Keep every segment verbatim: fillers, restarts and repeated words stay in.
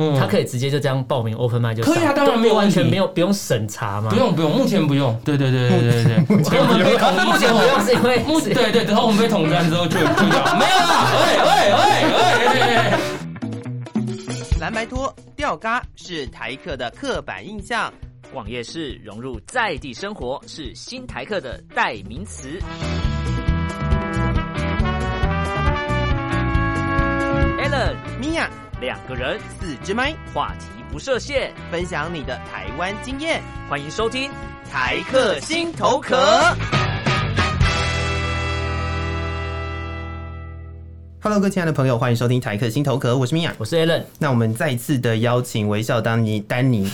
嗯， 他可以直接就这样报名 open mic 就上， 可以啊，当然没有完全没有不用审查嘛， 不用不用，目前不用，对对对对对对，目前不用，目前不用是因为目对对，然后我们被统战之后就就要没有啦，喂喂喂喂。 蓝白拖、吊嘎是台客的刻板印象， 网页式融入在地生活是新台客的代名词。Alan、 米娅两个人， 四支麦， 话题不设限， 分享你的台湾经验， 欢迎收听台客心头壳。 Hello， 各位亲爱的朋友，欢迎收听台客心头壳，我是米娅， 我是 Alan。 那我们再次的邀请微笑丹尼，丹尼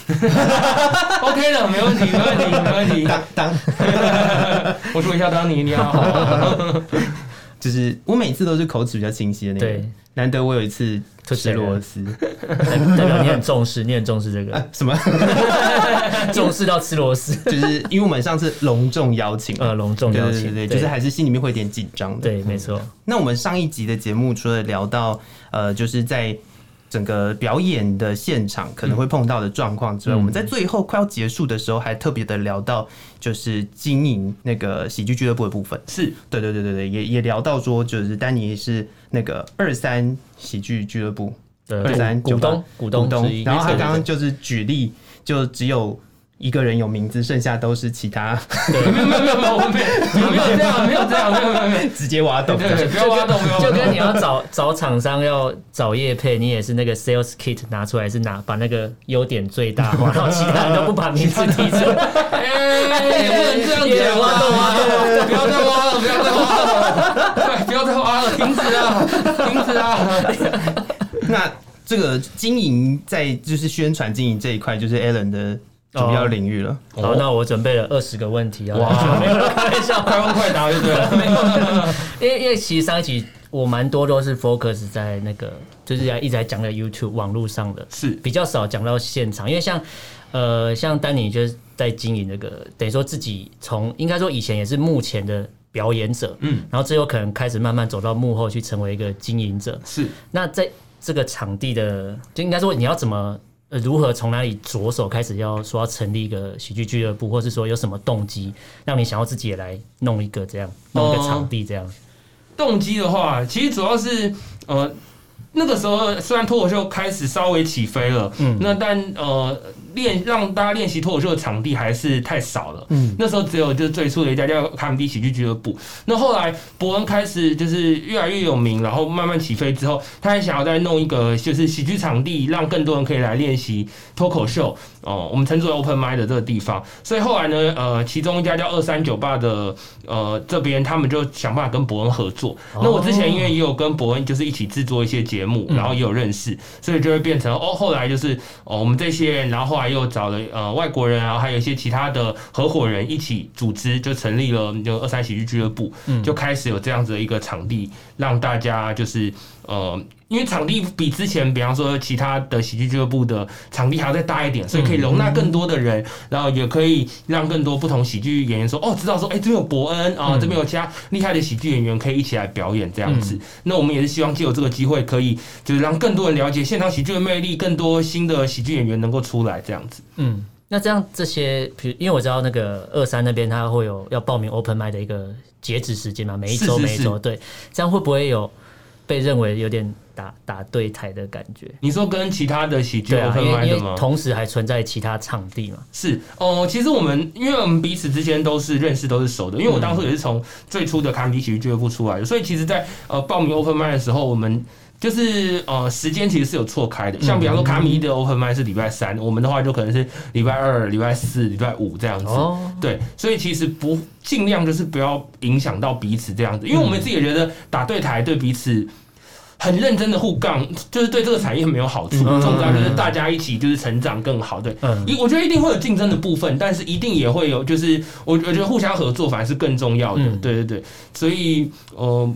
，OK 的，没问题，没问题，没问题。 当当， 我是微笑丹尼，你好。 就是我每次都是口齿比较清晰的那个， 对， 难得我有一次吃螺丝， 代表你很重视，你很重视这个、 啊、什么？ 重视到吃螺丝， 就是因为我们上次隆重邀请， 呃，隆重邀请， 对对对，就是还是心里面会有点紧张的， 对，没错。 那我们上一集的节目除了聊到呃，就是在整个表演的现场可能会碰到的状况之外，嗯、我们在最后快要结束的时候，还特别的聊到就是经营那个喜剧俱乐部的部分。 是， 对对对对对，也也聊到说，就是丹尼是那个二三喜剧俱乐部二三股东股东之一， 然后他刚刚就是举例，就只有一个人有名字，剩下都是其他。 对，没有没有没有没有没有没有这样，没有这样，没有没有没有， 直接挖洞， 对对，不要挖洞，不要挖洞。 就跟你要找找厂商要找业配，你也是那个 sales kit 拿出来，是拿把那个优点最大化，然后其他人都不把名字提出来。 哎，也不能这样子，挖洞挖洞，不要再挖了，不要再挖了，对，不要再挖了，停止啊，停止啊。 那这个经营在就是宣传经营这一块，就是 Alan 的主要领域了。 哦、好，那我准备了二十个问题啊！ 哇， 没有开玩笑， 快问快答就对了。 没有，因为因为其实上一集我蛮多都是 focus 在那个，就是一直在讲的 YouTube 网络上的， 是比较少讲到现场。因为像呃像丹尼就是在经营那个，等于说自己从应该说以前也是幕前的表演者，嗯，然后最后可能开始慢慢走到幕后去成为一个经营者。 是， 那在这个场地的，就应该说你要怎么？呃，如何从哪里着手开始要说要成立一个喜剧俱乐部，或是说有什么动机让你想要自己也来弄一个这样，弄一个场地这样？ 动机的话，其实主要是呃那个时候虽然脱口秀开始稍微起飞了，嗯，那但呃练让大家练习脱口秀的场地还是太少了，嗯，那时候只有就是最初的一家叫卡米蒂喜剧俱乐部。那后来伯恩开始就是越来越有名，然后慢慢起飞之后，他还想要再弄一个就是喜剧场地，让更多人可以来练习脱口秀。哦，我们称之为 open mic 的这个地方，所以后来呢，呃，其中一家叫二三九八的，呃，这边他们就想办法跟伯恩合作。哦、那我之前因为也有跟伯恩就是一起制作一些节目，然后也有认识，所以就会变成哦，后来就是哦，我们这些人，然后后来又找了呃外国人，然后还有一些其他的合伙人一起组织，就成立了就二三喜剧俱乐部，嗯、就开始有这样子的一个场地，让大家就是呃。因为场地比之前，比方说其他的喜剧俱乐部的场地还要再大一点，所以可以容纳更多的人，然后也可以让更多不同喜剧演员说，哦，知道说，哎、欸，这边有伯恩啊、呃，这边有其他厉害的喜剧演员可以一起来表演这样子。嗯、那我们也是希望借由这个机会，可以就是让更多人了解现场喜剧的魅力，更多新的喜剧演员能够出来这样子。 嗯，那这样这些，因为我知道那个二三那边他会有要报名 open mic 的一个截止时间嘛，每一周每一周，对，这样会不会有被认为有点打打对台的感觉？ 你说跟其他的喜剧 open mic 的吗？ 因为同时还存在其他场地嘛。 是哦、呃，其实我们因为我们彼此之间都是认识，都是熟的。因为我当初也是从最初的卡米蒂喜剧俱乐部出来的，所以其实在，在呃报名 open mic 的时候，我们就是呃时间其实是有错开的。像比方说卡米蒂的 open mic 是礼拜三，我们的话就可能是礼拜二、礼拜四、礼拜五这样子。哦、对，所以其实不尽量就是不要影响到彼此这样子，因为我们自己也觉得打对台对彼此。很认真的互杠，就是对这个产业没有好处。总之就是大家一起就是成长更好。对，嗯、我觉得一定会有竞争的部分，但是一定也会有，就是我我觉得互相合作反而是更重要的。嗯、对对对，所以呃。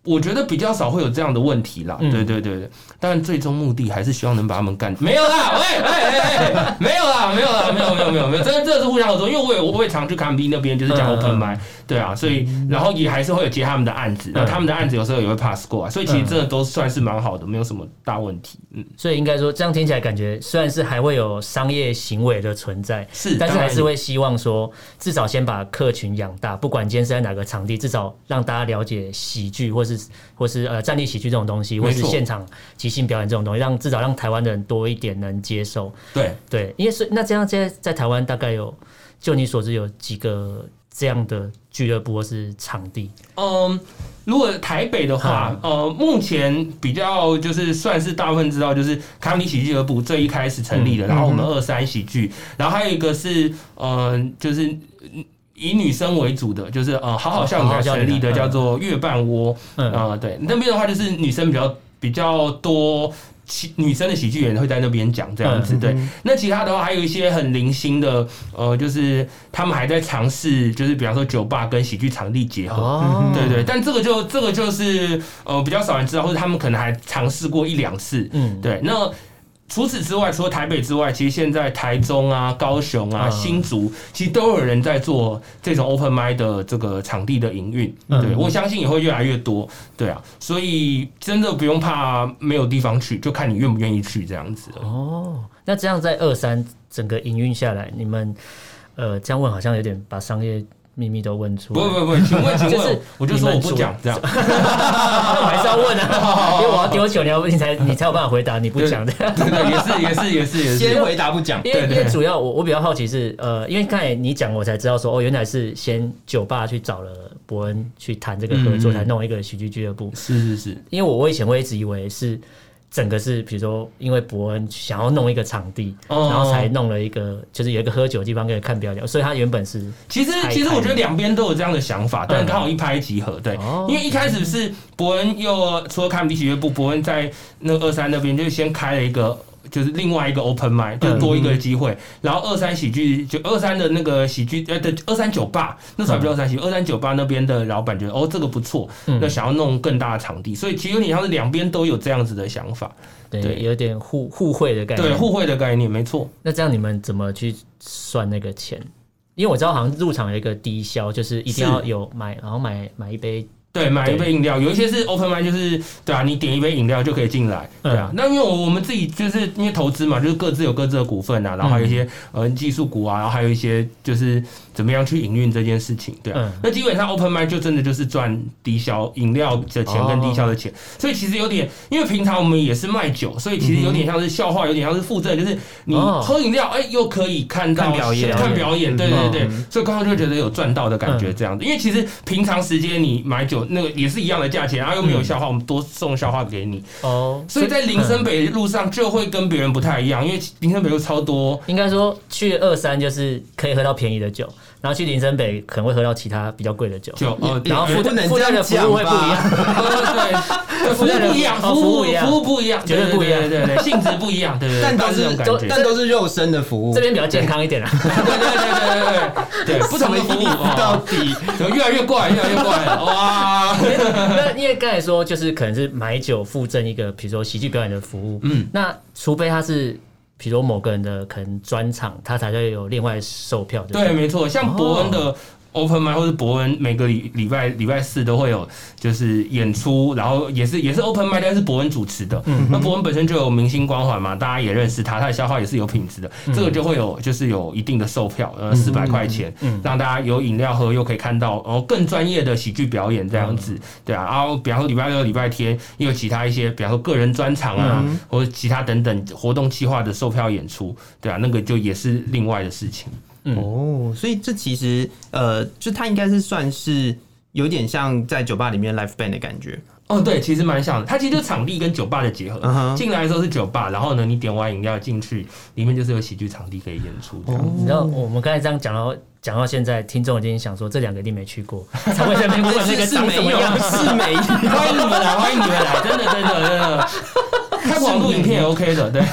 我觉得比较少会有这样的问题啦，嗯、对对对对，但最终目的还是希望能把他们干。没有啦，喂喂喂，没有啦，没有啦，没有没有没有没有，真的这是互相合作，因为我也我也常去坎比那边，就是讲 open mic，、嗯、对啊，所以然后也还是会有接他们的案子，然后他们的案子有时候也会 pass 过来，所以其实真的都算是蛮好的，没有什么大问题。嗯， 所以应该说这样听起来感觉虽然是还会有商业行为的存在， 是， 但是还是会希望说至少先把客群养大，不管今天是在哪个场地，至少让大家了解喜剧或是或是呃站立喜剧这种东西，或是现场即兴表演这种东西，让至少让台湾的人多一点能接受。 对对，因为是那这样现在在台湾大概有，就你所知有几个这样的俱乐部或是场地？ 嗯，如果台北的话，嗯、呃，目前比较就是算是大部分知道，就是康迪喜剧俱乐部最一开始成立的，嗯、然后我们二三喜剧，然后还有一个是呃，就是以女生为主的，就是呃，好好笑女孩成立的，叫做月半窝。嗯，呃，对，那边的话就是女生比较比较多。女生的喜剧演员会在那边讲这样子，对。那其他的话还有一些很零星的，呃，就是他们还在尝试，就是比方说酒吧跟喜剧场地结合，哦、对对。但这个就这个就是呃比较少人知道，或者他们可能还尝试过一两次，嗯，对。那除此之外，除了台北之外，其实现在台中啊、高雄啊、新竹，其实都有人在做这种 open mic 的这个场地的营运。对，我相信也会越来越多。对啊，所以真的不用怕没有地方去，就看你愿不愿意去这样子。 哦，那这样在二三整个营运下来，你们呃这样问好像有点把商业秘密都问出来。 不不不，请问请问，就是我就说我不讲这样， 那我还是要问啊，因为我要丢球，你要你才你才有办法回答，你不讲的， 对对，也是也是也是也是， 先回答不讲。 因为因为主要我我比较好奇是呃，因为刚才你讲我才知道说哦，原来是先酒吧去找了伯恩去谈这个合作，才弄一个喜剧俱乐部。 是是是， 因为我我以前会一直以为是。整个是比如说，因为伯恩想要弄一个场地，哦、然后才弄了一个，就是有一个喝酒的地方可以看表演，所以他原本是其实其实我觉得两边都有这样的想法，但刚好一拍即合，对，哦、因为一开始是伯恩又除了看迪喜乐部，伯恩在那二三那边就先开了一个。就是另外一个 open mic， 就多一个机会。嗯、然后二三喜剧就二三的那个喜剧呃的二三酒吧，那时候还不叫二三喜剧，二三酒吧那边的老板觉得哦这个不错，嗯、那想要弄更大的场地，所以其实有点像是两边都有这样子的想法， 对，对有点互互惠的概念， 对互惠的概念没错。 那这样你们怎么去算那个钱？因为我知道好像入场有一个低消，就是一定要有买，然后买买一杯。 对，买一杯饮料，有一些是 open mic， 就是对啊，你点一杯饮料就可以进来，对啊。嗯、那因为我们自己就是因为投资嘛，就是各自有各自的股份啊，然后还有一些呃技术股啊，然后还有一些就是怎么样去营运这件事情，对啊。嗯、那基本上 open mic 就真的就是赚低消饮料的钱跟低消的钱，哦、所以其实有点，因为平常我们也是卖酒，所以其实有点像是笑话，有点像是附赠，就是你喝饮料，哎、欸，又可以看到看表演， 看表演，对对对，嗯、所以刚刚就觉得有赚到的感觉这样子，因为其实平常时间你买酒。那个也是一样的价钱，然后又没有笑话，嗯、我们多送笑话给你哦。所以在林森北路上就会跟别人不太一样，因为林森北路超多。 应该说去二三就是可以喝到便宜的酒，然后去林森北可能会喝到其他比较贵的酒。 酒，呃、 然后附附带的服务会不一样。 对，服务不一样，服务服务不一样， 绝对不一样， 对对对，性质不一样，对对。 但都是都但都是肉身的服务， 这边比较健康一点啦。 对对对对对对，不同的服务到底越来越怪，越来越怪了，哇！ 那因为刚才说就是可能是买酒附赠一个，比如说喜剧表演的服务，嗯，那除非他是。比如某个人的可能专场，他才会有另外售票。 对，没错，像伯恩的 open mic 或者伯恩每个礼礼拜礼拜四都会有就是演出，然后也是也是 open mic， 但是伯恩主持的。嗯、那伯恩本身就有明星光环嘛，大家也认识他，他的笑话也是有品质的，嗯、这个就会有就是有一定的售票，呃，四百块钱，嗯、让大家有饮料喝，又可以看到然后更专业的喜剧表演这样子，嗯、对啊。然后比方说礼拜六、礼拜天也有其他一些，比方说个人专场啊，嗯、或者其他等等活动企划的售票演出，对啊，那个就也是另外的事情。 嗯、哦，所以这其实呃，就它应该是算是有点像在酒吧里面 live band 的感觉。 哦，对，其实蛮像的。它其实就是场地跟酒吧的结合。进、uh huh. 来的时候是酒吧，然后呢，你点完饮料进去，里面就是有喜剧场地可以演出。 哦，你知道我们刚才这样讲到讲到现在，听众已经想说这两个一定没去过，才会在那边问那个长什么样， 是没有。 欢迎你们来，欢迎你们来，真的真的真的。看网络影片也 OK 的，对。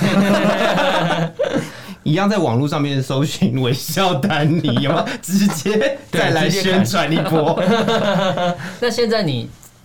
一样在网络上面搜寻微笑丹尼，有没有直接再来宣传一波？ 那现在你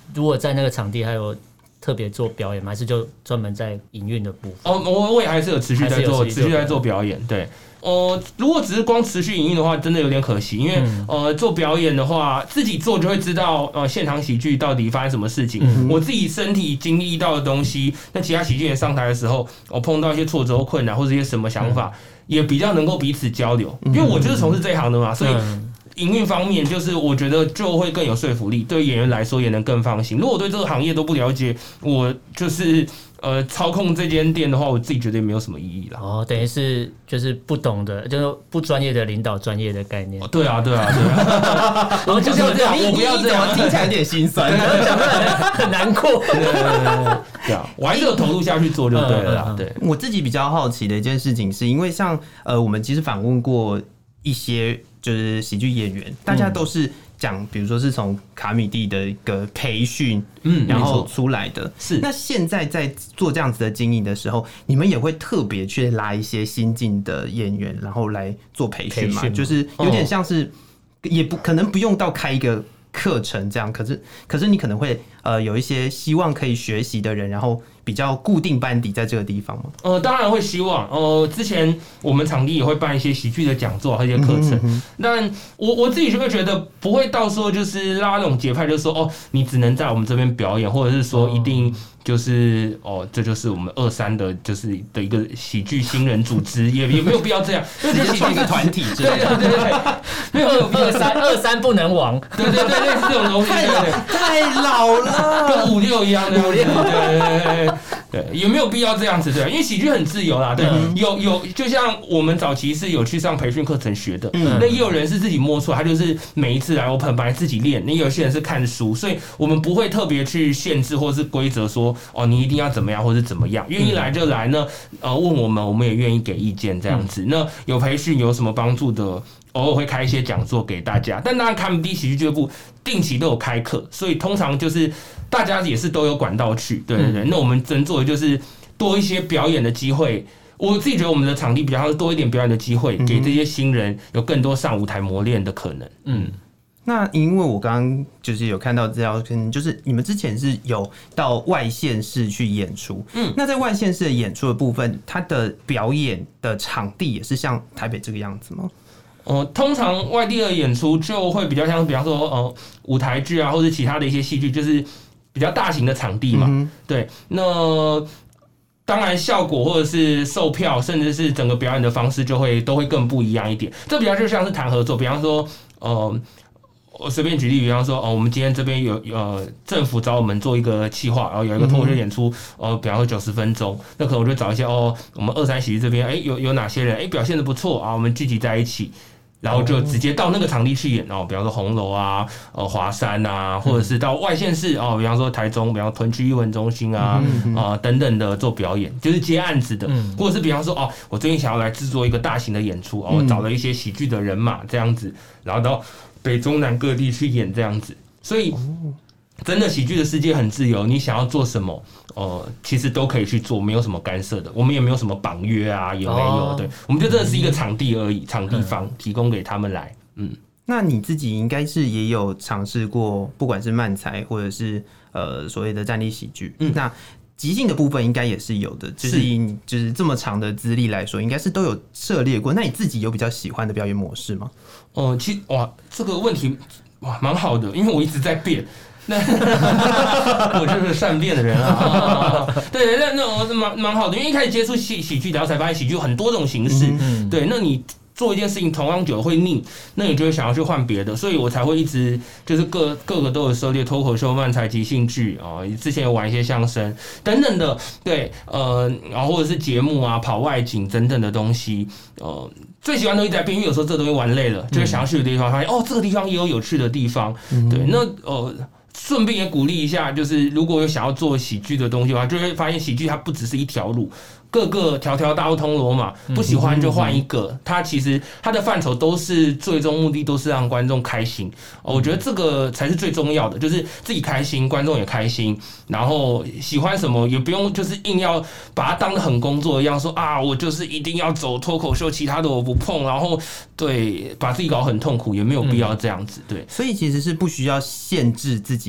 如果在那个场地还有特别做表演吗？还是就专门在营运的部分？ 哦，我我也还是有持续在做，持续在做表演。对，呃，如果只是光持续营运的话，真的有点可惜，因为、嗯、呃，做表演的话，自己做就会知道呃，现场喜剧到底发生什么事情。嗯、我自己身体经历到的东西，那其他喜剧演员上台的时候，我碰到一些挫折、困难或者一些什么想法，嗯、也比较能够彼此交流。因为我就是从事这一行的嘛，所以。嗯营运方面，就是我觉得就会更有说服力，对演员来说也能更放心。如果我对这个行业都不了解，我就是呃操控这间店的话，我自己觉得也没有什么意义啦。 哦，等于是就是不懂的，就是不专业的领导专业的概念。 哦、对啊，对啊，对啊。我就是要这样，我不要这样， 听起来有点心酸， 讲得很难过。 对对对对啊，我还是有投入下去做就对了啦。对， 我自己比较好奇的一件事情是，因为像呃，我们其实访问过一些。就是喜剧演员，大家都是讲，比如说是从卡米蒂的一个培训，嗯，然后出来的。 是那现在在做这样子的经营的时候，你们也会特别去拉一些新进的演员，然后来做培训嘛？就是有点像是，哦、也不可能不用到开一个课程这样，可是可是你可能会呃有一些希望可以学习的人，然后。比较固定班底在这个地方吗？ 呃，当然会希望。呃，之前我们场地也会办一些喜剧的讲座和一些课程，嗯、哼但我我自己就会觉得不会到时候就是拉那种节拍，就是说哦，你只能在我们这边表演，或者是说一定就是哦，这就是我们二三的，就是的一个喜剧新人组织，也也没有必要这样， 直接创一个团体， 对对对对，没有没有二三二三不能亡， 对对对，类似这种东西， 太老太老了， 跟五六一样的，五六对对对。对，也没有必要这样子，对，因为喜剧很自由啦，对，嗯、有有，就像我们早期是有去上培训课程学的，嗯、那也有人是自己摸出来，他就是每一次来 open 班自己练，那有些人是看书，所以我们不会特别去限制或是规则说，哦，你一定要怎么样或是怎么样，愿意来就来呢，呃，问我们，我们也愿意给意见这样子。嗯、那有培训有什么帮助的？偶尔会开一些讲座给大家，但当然卡米蒂喜剧俱乐部定期都有开课，所以通常就是大家也是都有管道去，对对对。嗯、那我们能做的就是多一些表演的机会。我自己觉得我们的场地比较多一点表演的机会，给这些新人有更多上舞台磨练的可能。嗯， 那因为我刚刚就是有看到资料，就是你们之前是有到外县市去演出，嗯，那在外县市的演出的部分，它的表演的场地也是像台北这个样子吗？ 呃，通常外地的演出就会比较像，比方说呃舞台剧啊，或者其他的一些戏剧，就是比较大型的场地嘛。嗯、对，那当然效果或者是售票，甚至是整个表演的方式，就会都会更不一样一点。这比较就像是谈合作，比方说呃。我随便举例，比方说，哦，我们今天这边有呃政府找我们做一个企划，然后有一个脱口秀演出，呃，比方说九十分钟，那可能我就找一些哦，我们二三喜剧这边，哎、欸，有有哪些人，哎、欸，表现得不错啊，我们聚集在一起，然后就直接到那个场地去演哦，比方说红楼啊，呃，华山啊，或者是到外县市哦，比方说台中，比方屯区艺文中心啊，啊、呃、等等的做表演，就是接案子的，或者是比方说哦，我最近想要来制作一个大型的演出，哦，找了一些喜剧的人马这样子，然后到北中南各地去演这样子，所以真的喜剧的世界很自由，你想要做什么，呃，其实都可以去做，没有什么干涉的。我们也没有什么绑约啊，也没有，哦、对，我们就真的是一个场地而已，场地方提供给他们来。嗯， 那你自己应该是也有尝试过，不管是漫才或者是呃所谓的站立喜剧，嗯，那即兴的部分应该也是有的，就是以就是这么长的资历来说，应该是都有涉猎过。那你自己有比较喜欢的表演模式吗？ 哦、呃，其实哇，这个问题哇蛮好的，因为我一直在变。那我就是善变的人啊！对，那那我蛮蛮好的，因为一开始接触喜喜剧，然后才发现喜剧有很多种形式。嗯、对，那你做一件事情同样久会腻，那你就会想要去换别的，所以我才会一直就是各各个都有涉猎，脱口秀、漫才、即兴剧啊，之前有玩一些相声等等的，对，呃，然后或者是节目啊、跑外景等等的东西，呃。最喜欢的一直在变，因为有时候这东西玩累了，就会想要去的地方，发现哦，这个地方也有有趣的地方。嗯、对，那呃，顺便也鼓励一下，就是如果有想要做喜剧的东西的话，就会发现喜剧它不只是一条路。各个条条大路通罗马，不喜欢就换一个。它其实它的范畴都是最终目的都是让观众开心。我觉得这个才是最重要的，就是自己开心，观众也开心。然后喜欢什么也不用就是硬要把它当得很工作一样，说啊我就是一定要走脱口秀，其他的我不碰。然后对把自己搞很痛苦，也没有必要这样子。对， 所以其实是不需要限制自己。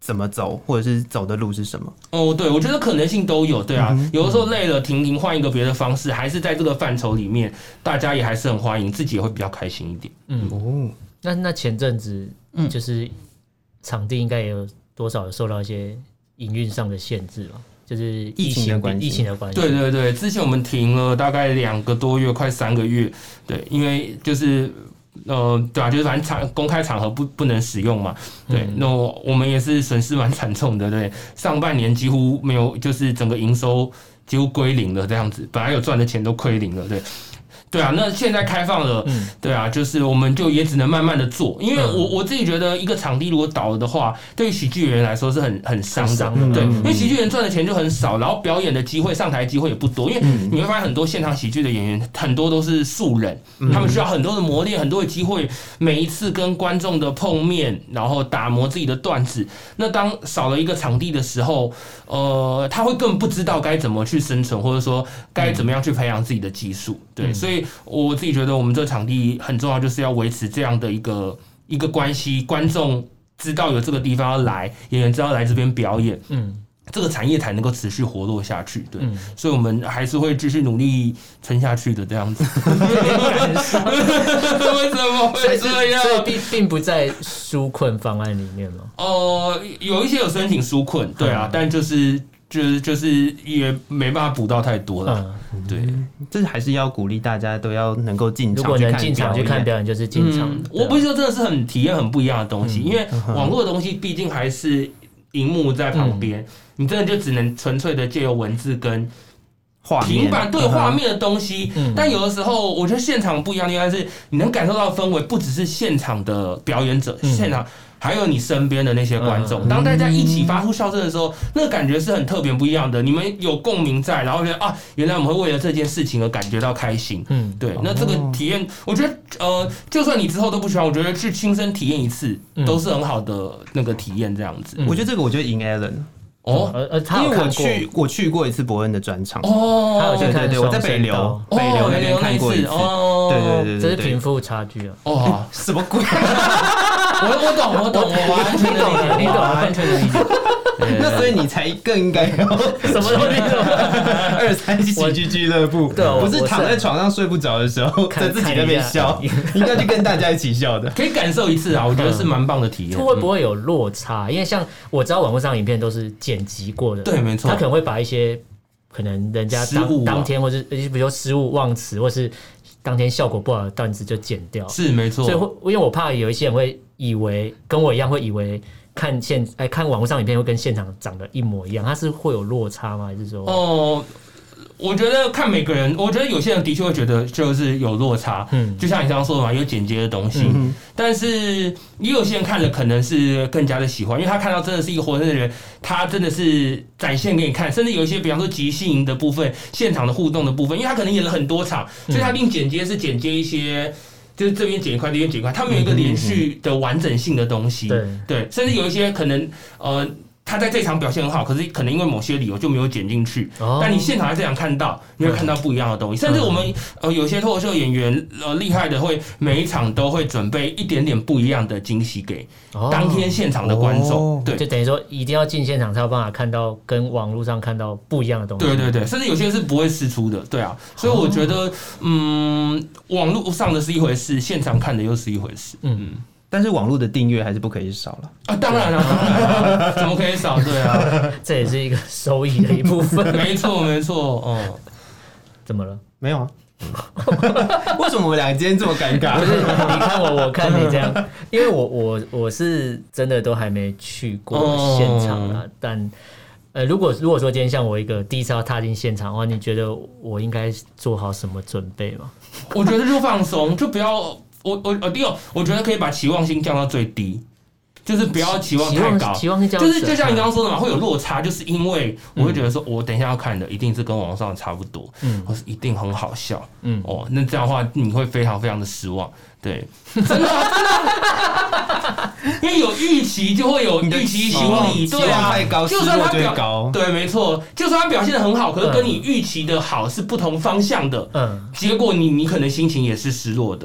怎么走，或者是走的路是什么？ 哦，对，我觉得可能性都有，对啊，嗯、有的时候累了停停，换一个别的方式，还是在这个范畴里面，大家也还是很欢迎，自己也会比较开心一点。 嗯哦，那那前阵子就是场地应该也有多少有受到一些营运上的限制嘛？就是疫情的关系，疫情的关系。 对对对，之前我们停了大概两个多月，快三个月。对，因为就是呃，对啊，就是反正场公开场合不不能使用嘛。对，嗯、那我们也是损失蛮惨重的。对，上半年几乎没有，就是整个营收几乎归零了这样子，本来有赚的钱都亏零了。对。对啊，那现在开放了，嗯、对啊，就是我们就也只能慢慢的做，因为我我自己觉得一个场地如果倒了的话，对于喜剧演员来说是很很伤的，的对，因为喜剧演员赚的钱就很少，然后表演的机会、上台机会也不多，因为你会发现很多现场喜剧的演员很多都是素人，他们需要很多的磨练，很多的机会，每一次跟观众的碰面，然后打磨自己的段子。那当少了一个场地的时候，呃，他会更不知道该怎么去生存，或者说该怎么样去培养自己的技术，对，所以。我自己觉得我们这个场地很重要，就是要维持这样的一个一个关系，观众知道有这个地方要来，演员知道来这边表演，嗯，这个产业才能够持续活络下去。对，嗯、所以我们还是会继续努力撑下去的这样子。为什么会这样？ 所以并并不在纾困方案里面吗？ 哦、呃，有一些有申请纾困，对啊，嗯、但就是。就是就是也没办法补到太多了，嗯、对， 这还是要鼓励大家都要能够进场， 如果能进场去看表演，就是进场。 嗯、我不是说真的是很体验很不一样的东西，嗯、因为网络的东西毕竟还是荧幕在旁边，嗯、你真的就只能纯粹的借由文字跟平板对画面的东西。嗯、但有的时候，我觉得现场不一样的地方是，你能感受到氛围，不只是现场的表演者，嗯、现场。还有你身边的那些观众，当大家一起发出笑声的时候，那个感觉是很特别不一样的。你们有共鸣在，然后觉得啊，原来我们会为了这件事情而感觉到开心。嗯，对。那这个体验，我觉得呃，就算你之后都不喜欢，我觉得去亲身体验一次都是很好的那个体验，这样子。 我觉得这个，我觉得赢 Alan。 哦， 呃， 因为我去我去过一次伯恩的专场哦，他有去看， 对对，我在北流北流那边看过一次，哦，对对对， 这是贫富差距啊， 哦， 什么鬼？ 我我懂我懂，我完全的理解， 你懂完全的理解。 那所以你才更应该要什么东西？ 二三喜剧俱乐部， 对， 不是躺在床上睡不着的时候，在自己那边笑，应该去跟大家一起笑的， 可以感受一次啊，我觉得是蛮棒的体验。 会不会有落差？因为像我知道网络上影片都是剪辑过的， 对，没错， 他可能会把一些可能人家当当天或者比如说失误忘词，或是当天效果不好的段子就剪掉， 是没错。 所以会因为我怕有一些人会以为跟我一样，会以为。看现哎，看网络上影片会跟现场长得一模一样，它是会有落差吗？还是说？ 哦，我觉得看每个人，我觉得有些人的确会觉得就是有落差，嗯，就像你刚刚说的嘛，有剪接的东西，嗯、但是也有些人看了可能是更加的喜欢，因为他看到真的是一个活生生的人，他真的是展现给你看，甚至有一些比方说即兴的部分、现场的互动的部分，因为他可能演了很多场，所以他一定剪接是剪接一些。就是这边剪一块，那边剪一块，他们有一个连续的完整性的东西， 对对，甚至有一些可能呃，他在这场表现很好，可是可能因为某些理由就没有剪进去，哦、但你现场在这样看到，你会看到不一样的东西。嗯、甚至我们呃有些脱口秀演员呃厉害的，会每一场都会准备一点点不一样的惊喜给当天现场的观众，哦、对， 就等于说一定要进现场才有办法看到跟网络上看到不一样的东西。 对对对，甚至有些是不会释出的，对啊。所以我觉得，嗯，网络上的是一回事，现场看的又是一回事，嗯。嗯但是网络的订阅还是不可以少了啊！当然了，当然了，怎么可以少？对啊， 这也是一个收益的一部分。 没错，没错。哦， 怎么了？ 没有啊。为什么我们两个今天这么尴尬？ 不是你看我，我看你这样，因为我我我是真的都还没去过现场啊。哦、但呃，如果如果说今天像我一个第一次要踏进现场的话，你觉得我应该做好什么准备吗？ 我觉得就放松，就不要。我我我第二，我觉得可以把期望心降到最低，就是不要期望太高。 期望心降， 就是就像你刚刚说的嘛，会有落差，就是因为我会觉得说，我等一下要看的一定是跟网上差不多，嗯，或是一定很好笑，嗯，哦，那这样的话你会非常非常的失望，对，真的真的，因为有预期就会有预期心理，对啊，就算他表对，没错，就算他表现的很好，可是跟你预期的好是不同方向的，嗯，结果你你可能心情也是失落的。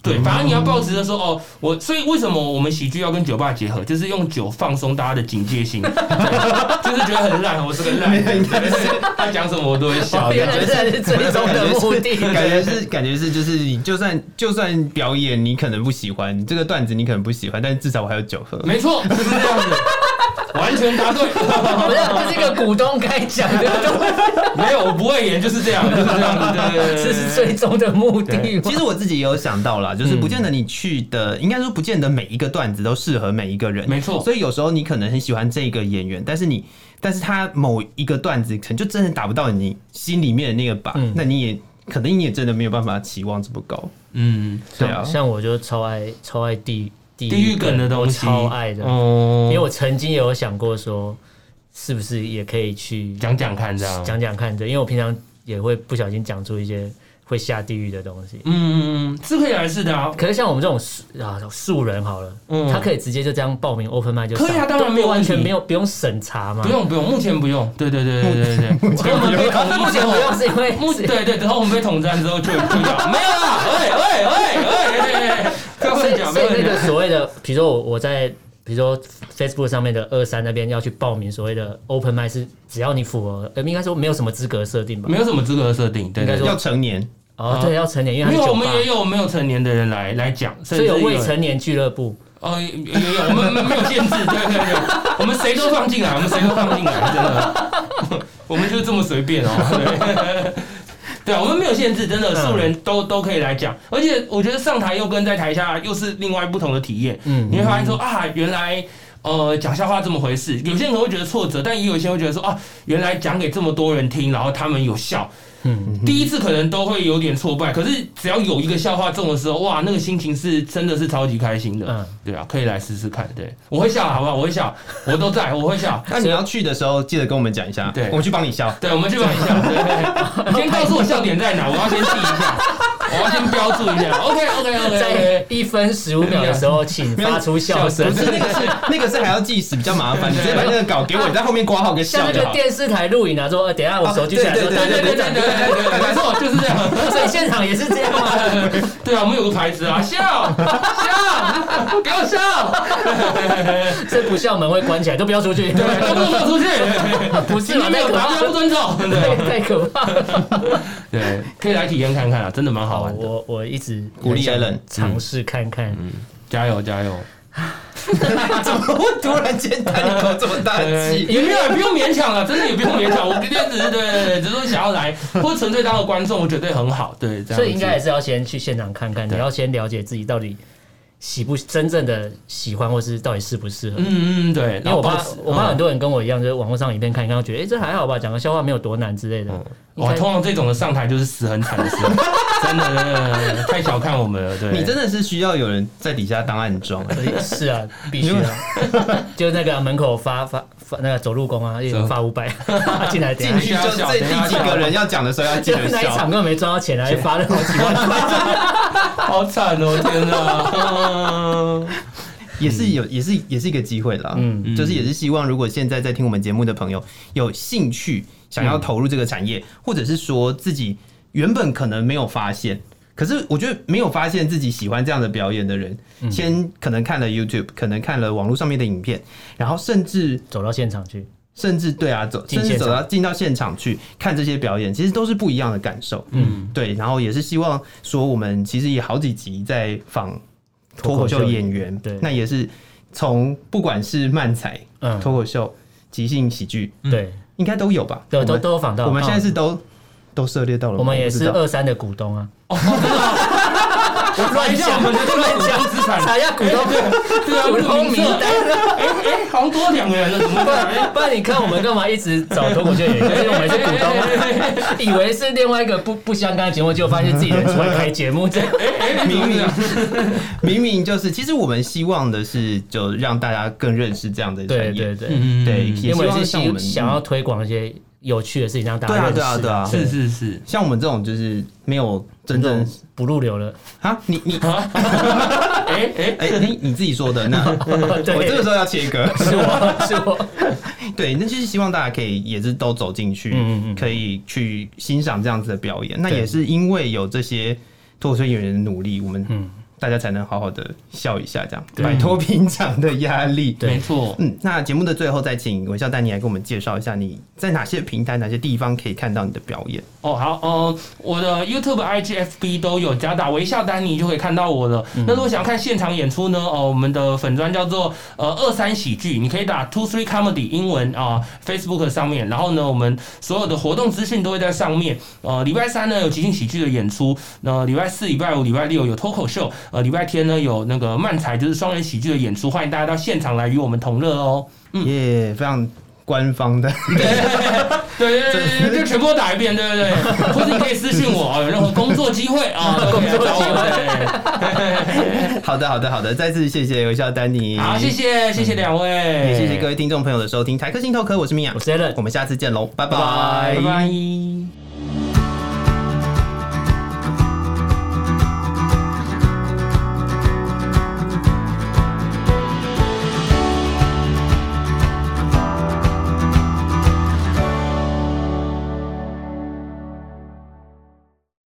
对，反正你要抱持着说哦，我所以为什么我们喜剧要跟酒吧结合，就是用酒放松大家的警戒心，就是觉得很烂，我是个烂人，他讲什么我都会笑。 原来这才是最终的目的， 感觉是感觉是就是你就算就算表演你可能不喜欢，你这个段子你可能不喜欢，但是至少我还有酒喝。 没错，就是这样子。完全答对， 不是，这是一个股东该讲的东西。 没有，我不会演，就是这样，就是这样子，对对对， 这是最终的目的。 其实我自己也有想到啦，就是不见得你去的，应该说不见得每一个段子都适合每一个人， 没错。 所以有时候你可能很喜欢这个演员，但是你，但是他某一个段子可能就真的达不到你心里面的那个靶，嗯、那你也可能你也真的没有办法期望这么高。嗯，对啊， 像我就超爱超爱地。 地狱梗的东西， 我超爱的，嗯，因为我曾经也有想过说，是不是也可以去讲讲看这样， 讲讲看这，因为我平常也会不小心讲出一些会下地狱的东西， 嗯嗯嗯，是可以来试的啊。 可是像我们这种啊素人好了，嗯，他可以直接就这样报名 open mic 就可以啊，当然没有完全没有不用审查嘛， 不用不用，目前不用，对对对对对对， 目前不用，目前不用是因为目对对，然后我们被统战之后就就要没有啦，喂喂喂喂。 所以，所以那个所谓的，比如说我我在，比如说 Facebook 上面的二三那边要去报名所谓的 Open Mic， 是只要你符合，呃，应该说没有什么资格设定吧？ 没有什么资格设定，对，应该说要成年。 哦，对，要成年，因为因为我们也有没有成年的人来来讲， 所以有未成年俱乐部。 哦，有有，我们没有限制，对对对，我们谁都放进来，我们谁都放进来，真的，我们就是这么随便哦。对啊，我们没有限制，真的素人都都可以来讲，而且我觉得上台又跟在台下又是另外不同的体验。嗯，你会发现说啊，原来呃讲笑话这么回事，有些人会觉得挫折，但也有些人会觉得说啊，原来讲给这么多人听，然后他们有笑。嗯，第一次可能都会有点挫败，可是只要有一个笑话中的时候，哇，那个心情是真的是超级开心的。嗯，对啊，可以来试试看。对，我会笑，好不好？我会笑，我都在，我会笑。 那你要去的时候，记得跟我们讲一下，对，我们去帮你笑。 对，我们去帮你笑。对对，你先告诉我笑点在哪，我要先记一下。我要先标注一下 ，OK OK OK， 在一分十五秒的时候，请发出笑声。 不是那个是那个是还要计时，比较麻烦。你直接把那个稿给我，你在后面挂号个笑就好。 像那个电视台录影啊，说等一下我手举起来说，对对对对对对对，没错，就是这样。 所以现场也是这样吗？ 对啊，我们有个牌子啊，笑笑，给我笑。 这不笑门会关起来，都不要出去， 对，都不要出去。 不是嘛？ 没有达标不尊重，对， 太可怕了。 对，可以来体验看看啊，真的蛮好玩的。 我我一直鼓励 Alan 尝试看看， 嗯，加油加油！ 怎么会突然间叹一口这么大气？ 也没有，不用勉强了，真的也不用勉强。我今天只是对对对，只是说想要来，或者纯粹当个观众，我觉得很好。对， 所以应该也是要先去现场看看，你要先了解自己到底喜不真正的喜欢，或是到底适不适合。 嗯嗯，对。 因为我怕我怕很多人跟我一样，就是网络上影片看一看，觉得哎、欸、这还好吧，讲个笑话没有多难之类的。 哇，通常这种的上台就是死很惨的事，真的真的太小看我们了。对， 你真的是需要有人在底下当暗桩。 是啊，必须啊。就那个门口发发发那个走路工啊，有人发五百进来， 进去就这第几个人要讲的时候要记得笑。 那一场根本没赚到钱，还发了好几万块， 好惨哦！天哪。 也是有，也是也是一个机会啦。嗯，就是也是希望，如果现在在听我们节目的朋友有兴趣想要投入这个产业，或者是说自己原本可能没有发现，可是我觉得没有发现自己喜欢这样的表演的人，先可能看了 YouTube， 可能看了网络上面的影片，然后甚至走到现场去， 甚至对啊，走甚至走到进到现场去看这些表演，其实都是不一样的感受。嗯，对，然后也是希望说，我们其实也好几集在访脱口秀演员，对，那也是从不管是漫才、脱口秀、即兴喜剧， 对， 应该都有吧？ 对，都都有访到。 我们现在是都都涉猎到了， 我们也是二三的股东啊。 我乱讲，我们的乱讲资产， 查一下股东， 对啊，股东名单，哎哎，好像多两个人了，怎么办？ 不然你看我们干嘛一直找脱口秀演员？就是我们是股东，以为是另外一个不不相干的节目，结果发现自己人出来开节目，这明明明明就是，其实我们希望的是，就让大家更认识这样的产业， 对对对对， 因为是希想要推广一些有趣的事情，让大家认识。 对啊对啊对啊，是是是， 像我们这种就是没有真正不入流了啊！你你哎哎哎，你自己说的那，我这个时候要切割， 是我是我， 对，那就是希望大家可以也是都走进去，可以去欣赏这样子的表演。那也是因为有这些脱口秀演员的努力，我们大家才能好好的笑一下，这样摆脱平常的压力。 没错。 嗯，那节目的最后再请微笑丹尼来跟我们介绍一下你在哪些平台、哪些地方可以看到你的表演。 哦，好，呃，我的 YouTube、I G、F B 都有，只要打微笑丹尼就可以看到我了。嗯、那如果想要看现场演出呢？哦，我们的粉专叫做呃二三喜剧，你可以打 Two Three Comedy 英文啊、呃、，Facebook 上面，然后呢，我们所有的活动资讯都会在上面。呃，礼拜三呢有即兴喜剧的演出，那礼拜四、礼拜五、礼拜六有脱口秀，呃，礼拜天呢有那个漫才，就是双人喜剧的演出，欢迎大家到现场来与我们同乐哦。 嗯，耶、yeah, ，非常官方的， 对对对对，就全部打一遍，对对对，或者你可以私讯我，有任何工作机会啊，工作机会。 好的好的好的，再次谢谢微笑丹尼， 好，谢谢谢谢两位， 也谢谢各位听众朋友的收听，台客心头壳，我是米娅， 我是 Alan， 我们下次见喽，拜拜拜拜。